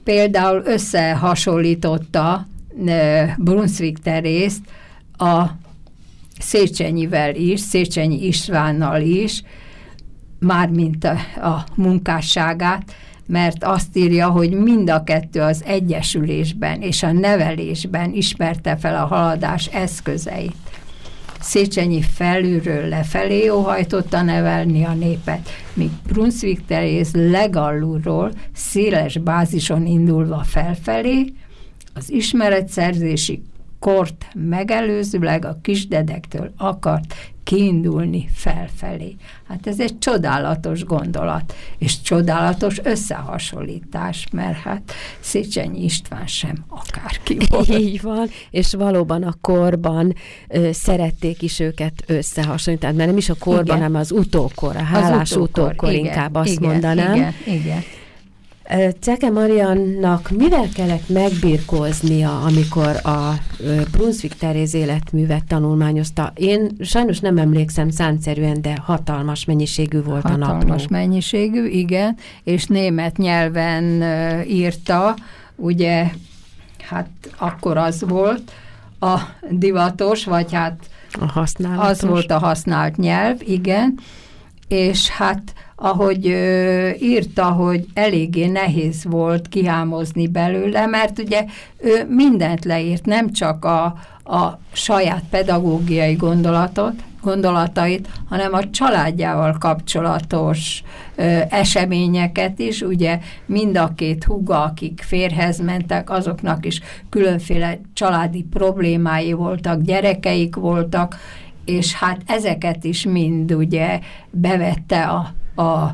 például összehasonlította Brunswick Terészt a Széchenyivel is, Széchenyi Istvánnal is, mármint a munkásságát, mert azt írja, hogy mind a kettő az egyesülésben és a nevelésben ismerte fel a haladás eszközeit. Széchenyi felülről lefelé óhajtotta nevelni a népet, míg Brunswick Teréz legalulról, széles bázison indulva felfelé, az ismeretszerzési kort megelőzőleg a kisdedektől akart kiindulni felfelé. Hát ez egy csodálatos gondolat, és csodálatos összehasonlítás, mert hát Széchenyi István sem akárki volt. Így van, és valóban a korban szerették is őket összehasonlítani, mert nem is a korban, igen, hanem az utókor, a hálás utókor, igen, inkább azt mondanám. Igen. Czeke Mariannak mivel kellett megbirkóznia, amikor a Brunswick Teréz életművet tanulmányozta? Én sajnos nem emlékszem számszerűen, de hatalmas mennyiségű volt a napló. Hatalmas mennyiségű, igen, és német nyelven írta, ugye, hát akkor az volt a divatos, vagy hát az volt a használt nyelv, igen, és hát ahogy írta, hogy eléggé nehéz volt kihámozni belőle, mert ugye ő mindent leírt, nem csak a saját pedagógiai gondolatait, hanem a családjával kapcsolatos eseményeket is, ugye mind a két húga, akik férjhez mentek, azoknak is különféle családi problémái voltak, gyerekeik voltak, és hát ezeket is mind ugye bevette a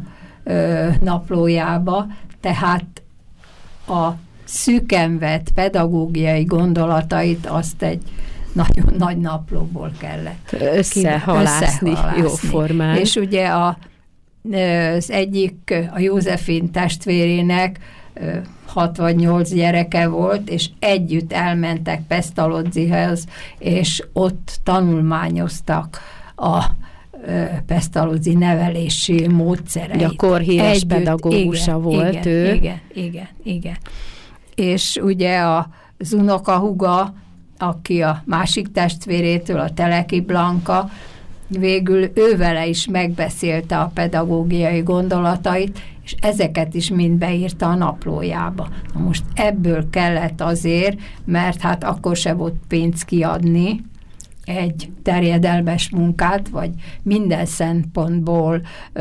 naplójába, tehát a szűken vett pedagógiai gondolatait azt egy nagyon nagy naplóból kellett összehalászni jóformán. És ugye az egyik, a Józsefin testvérének 6 vagy 8 gyereke volt, és együtt elmentek Pestalozzihez, és ott tanulmányoztak a Pestalozzi nevelési módszereit. Gyakor híres pedagógusa volt ő. Igen. És ugye az unokahúga, aki a másik testvérétől, a Teleki Blanka, végül ővele is megbeszélte a pedagógiai gondolatait, és ezeket is mind beírta a naplójába. Na most ebből kellett azért, mert hát akkor se volt pénz kiadni egy terjedelmes munkát, vagy minden szempontból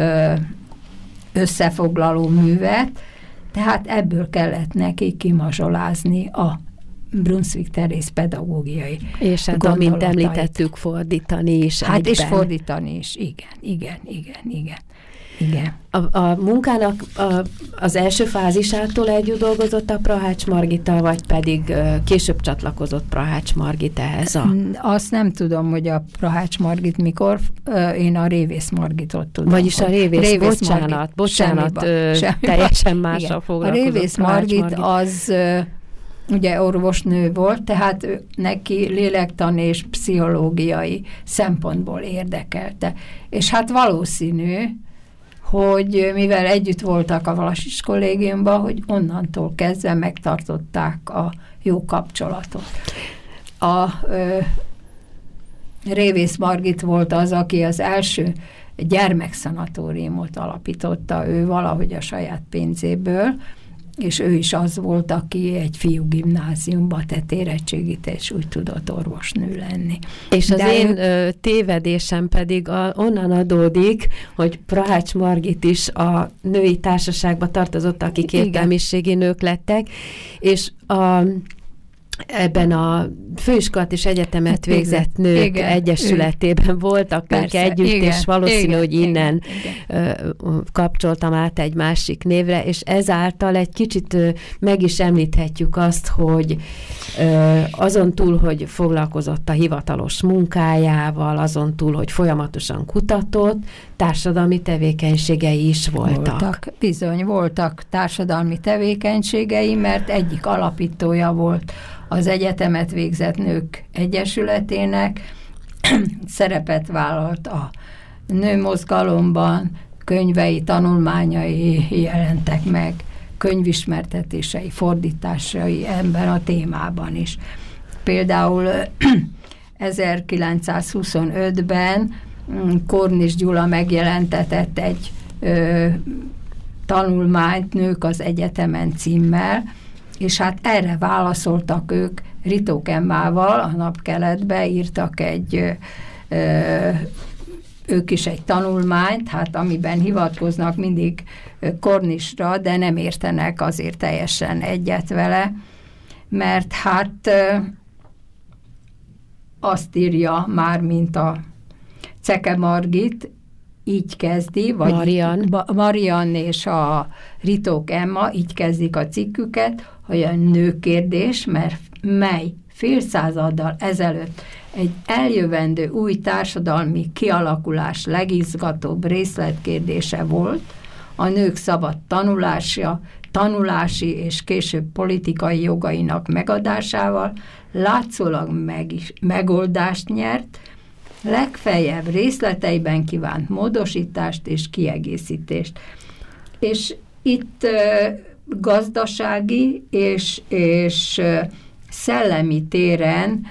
összefoglaló művet, tehát ebből kellett neki kimazsolázni a Brunswick Teréz pedagógiai és hát amint említettük, fordítani is hát egyben. És fordítani is, igen. A munkának az első fázisától együtt dolgozott a Prahács Margita, vagy pedig később csatlakozott Prahács Margit ehhez Azt nem tudom, hogy a Prahács Margit mikor, én a Révész Margitot tudom. Vagyis a Révész bocsánat, teljesen mással foglalkozott. A Révész Margit az ugye orvosnő volt, tehát neki lélektan és pszichológiai szempontból érdekelte. És hát valószínű, hogy mivel együtt voltak a Valasis kollégiumban, hogy onnantól kezdve megtartották a jó kapcsolatot. A Révész Margit volt az, aki az első gyermekszanatóriumot alapította, ő valahogy a saját pénzéből, és ő is az volt, aki egy fiú gimnáziumba tett érettségit, és úgy tudott orvosnő lenni. És az én tévedésem pedig onnan adódik, hogy Prahács Margit is a női társaságba tartozott, akik értelmiségi nők lettek, és ebben a főiskolát és egyetemet végzett nők egyesületében voltak persze, ők együtt, és valószínű, hogy innen kapcsoltam át egy másik névre, és ezáltal egy kicsit meg is említhetjük azt, hogy azon túl, hogy foglalkozott a hivatalos munkájával, azon túl, hogy folyamatosan kutatott, társadalmi tevékenységei is voltak. Bizony, voltak társadalmi tevékenységei, mert egyik alapítója volt az egyetemet végzett nők egyesületének, szerepet vállalt a nőmozgalomban, könyvei, tanulmányai jelentek meg könyvismertetései, fordításai ebben a témában is. Például 1925-ben Kornis Gyula megjelentetett egy tanulmányt Nők az egyetemen címmel, és hát erre válaszoltak ők Ritók Emmával, a Napkeletbe írtak ők is egy tanulmányt, hát amiben hivatkoznak mindig Kornisra, de nem értenek azért teljesen egyet vele, mert hát azt írja már, mint a Ceke Margit, így kezdi, vagy Marian és a Ritók Emma így kezdik a cikküket, hogy a nőkérdés, mely fél századdal ezelőtt egy eljövendő új társadalmi kialakulás legizgatóbb részletkérdése volt, a nők szabad tanulási és később politikai jogainak megadásával látszólag megoldást nyert, legfeljebb részleteiben kívánt módosítást és kiegészítést. És itt gazdasági és szellemi téren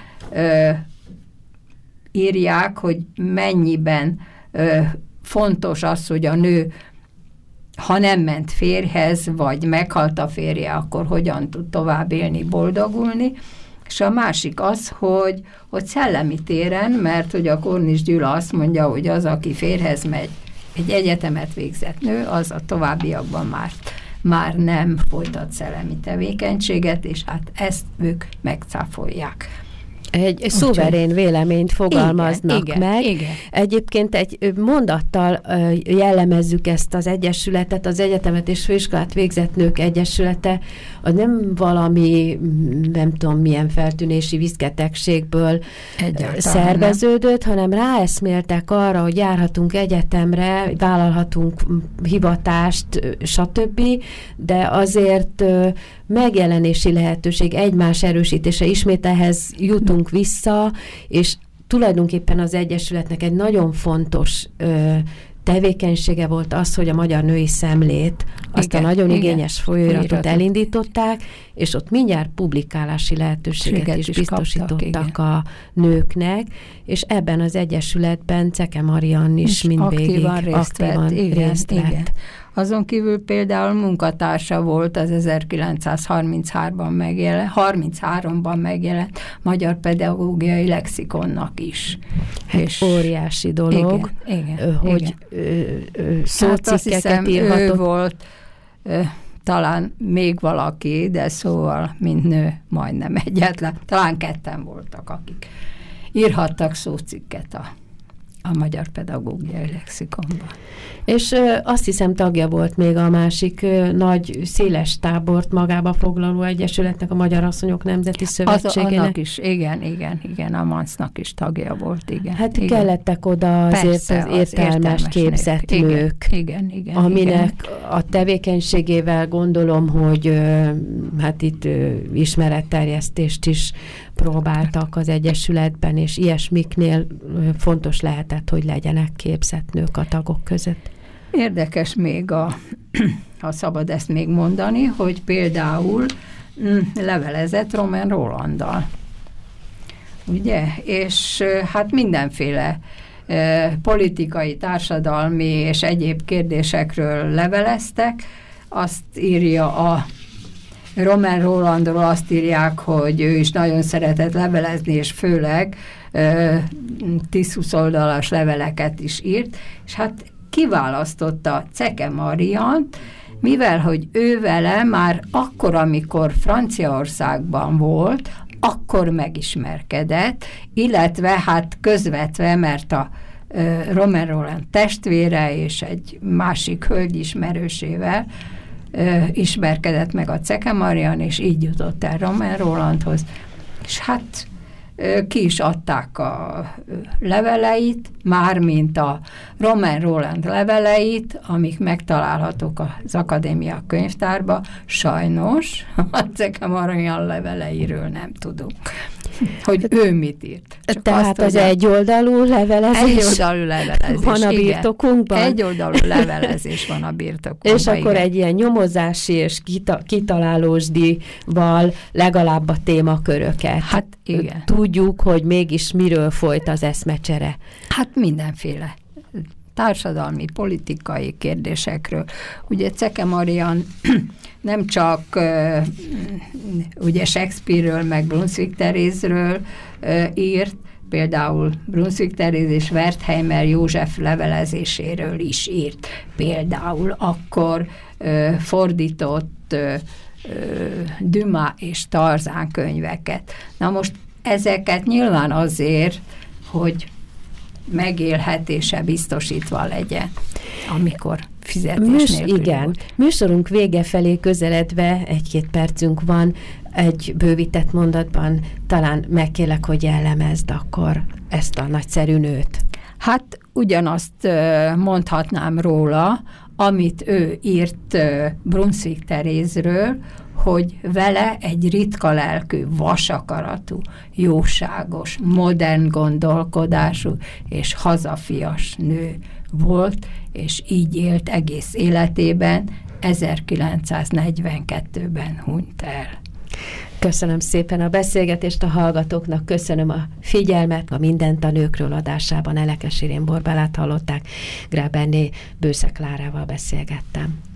írják, hogy mennyiben fontos az, hogy a nő, ha nem ment férjhez, vagy meghalt a férje, akkor hogyan tud tovább élni, boldogulni. És a másik az, hogy szellemi téren, mert hogy a Kornis Gyula azt mondja, hogy az, aki férjhez megy, egy egyetemet végzett nő, az a továbbiakban már nem folytat szellemi tevékenységet, és hát ezt ők megcáfolják. Egy szuverén véleményt fogalmaznak meg. Igen. Egyébként egy mondattal jellemezzük ezt az egyesületet, az egyetemet és főiskolát végzett nők egyesülete, az nem valami, nem tudom milyen feltűnési viszketegségből szerveződött, hanem ráeszméltek arra, hogy járhatunk egyetemre, vállalhatunk hivatást, stb., de azért megjelenési lehetőség, egymás erősítése, ismét ehhez jutunk vissza, és tulajdonképpen az Egyesületnek egy nagyon fontos tevékenysége volt az, hogy a Magyar Női Szemlét, azt a nagyon igényes folyóiratot elindították, és ott mindjárt publikálási lehetőséget is biztosítottak a nőknek, és ebben az Egyesületben Ceke Marian is mindvégig aktívan részt vett. Azon kívül például munkatársa volt az 1933-ban megjelent Magyar Pedagógiai Lexikonnak is. És óriási dolog, hogy szócikkeket írhatott. Ő volt, talán még valaki, de szóval, mint nő, majdnem egyetlen. Talán ketten voltak, akik írhattak szócikket a Magyar Pedagógiai Lexikonban. És azt hiszem tagja volt még a másik nagy széles tábort magába foglaló egyesületnek, a Magyar Asszonyok Nemzeti Szövetségének. Annak is, igen, a MANC-nak is tagja volt, igen. Hát igen. Kellettek oda azért az értelmes képzett nők, igen, aminek a tevékenységével gondolom, hogy hát itt ismeretterjesztést is próbáltak az Egyesületben, és ilyesmiknél fontos lehetett, hogy legyenek képzett nők a tagok között. Érdekes még, ha szabad ezt még mondani, hogy például levelezett Romain Rolanddal. Ugye? És hát mindenféle politikai, társadalmi és egyéb kérdésekről leveleztek. Azt írja a Romain Rolandról, azt írják, hogy ő is nagyon szeretett levelezni, és főleg 10-20 oldalas leveleket is írt, és hát kiválasztotta Ceke Mariant, mivel hogy ő vele már akkor, amikor Franciaországban volt, akkor megismerkedett, illetve hát közvetve, mert a Romain Roland testvére és egy másik hölgy ismerősével ismerkedett meg a Ceke Marian, és így jutott el Romain Rolandhoz. És hát ki is adták a leveleit, mármint a Romain Roland leveleit, amik megtalálhatók az Akadémia könyvtárba. Sajnos a Ceke Marian leveleiről nem tudunk. hogy ő mit írt. Csak tehát az egyoldalú levelezés? Egyoldalú levelezés, van a birtokunkban? Egyoldalú levelezés van a birtokunkban. És akkor egy ilyen nyomozási és kitalálósdival legalább a témaköröket. Hát igen. Tudjuk, hogy mégis miről folyt az eszmecsere. Hát mindenféle társadalmi, politikai kérdésekről. Ugye Ceke Marian nem csak ugye Shakespeare-ről, meg Brunswick Terézről írt, például Brunswick Teréz és Wertheimer József levelezéséről is írt. Például akkor fordított Dumas és Tarzán könyveket. Na most ezeket nyilván azért, hogy megélhetése biztosítva legyen, amikor fizetés nélkül igen. volt. Műsorunk vége felé közeledve 1-2 percünk van, egy bővített mondatban talán megkérlek, hogy jellemezd akkor ezt a nagyszerű nőt. Hát ugyanazt mondhatnám róla, amit ő írt Brunswick Terézről, hogy vele egy ritka lelkű, vasakaratú, jóságos, modern gondolkodású és hazafias nő volt, és így élt egész életében, 1942-ben hunyt el. Köszönöm szépen a beszélgetést a hallgatóknak, köszönöm a figyelmet, a Mindent a nőkről adásában Elekes Irén Borbálát hallották, Gráberné Bősze Klárával beszélgettem.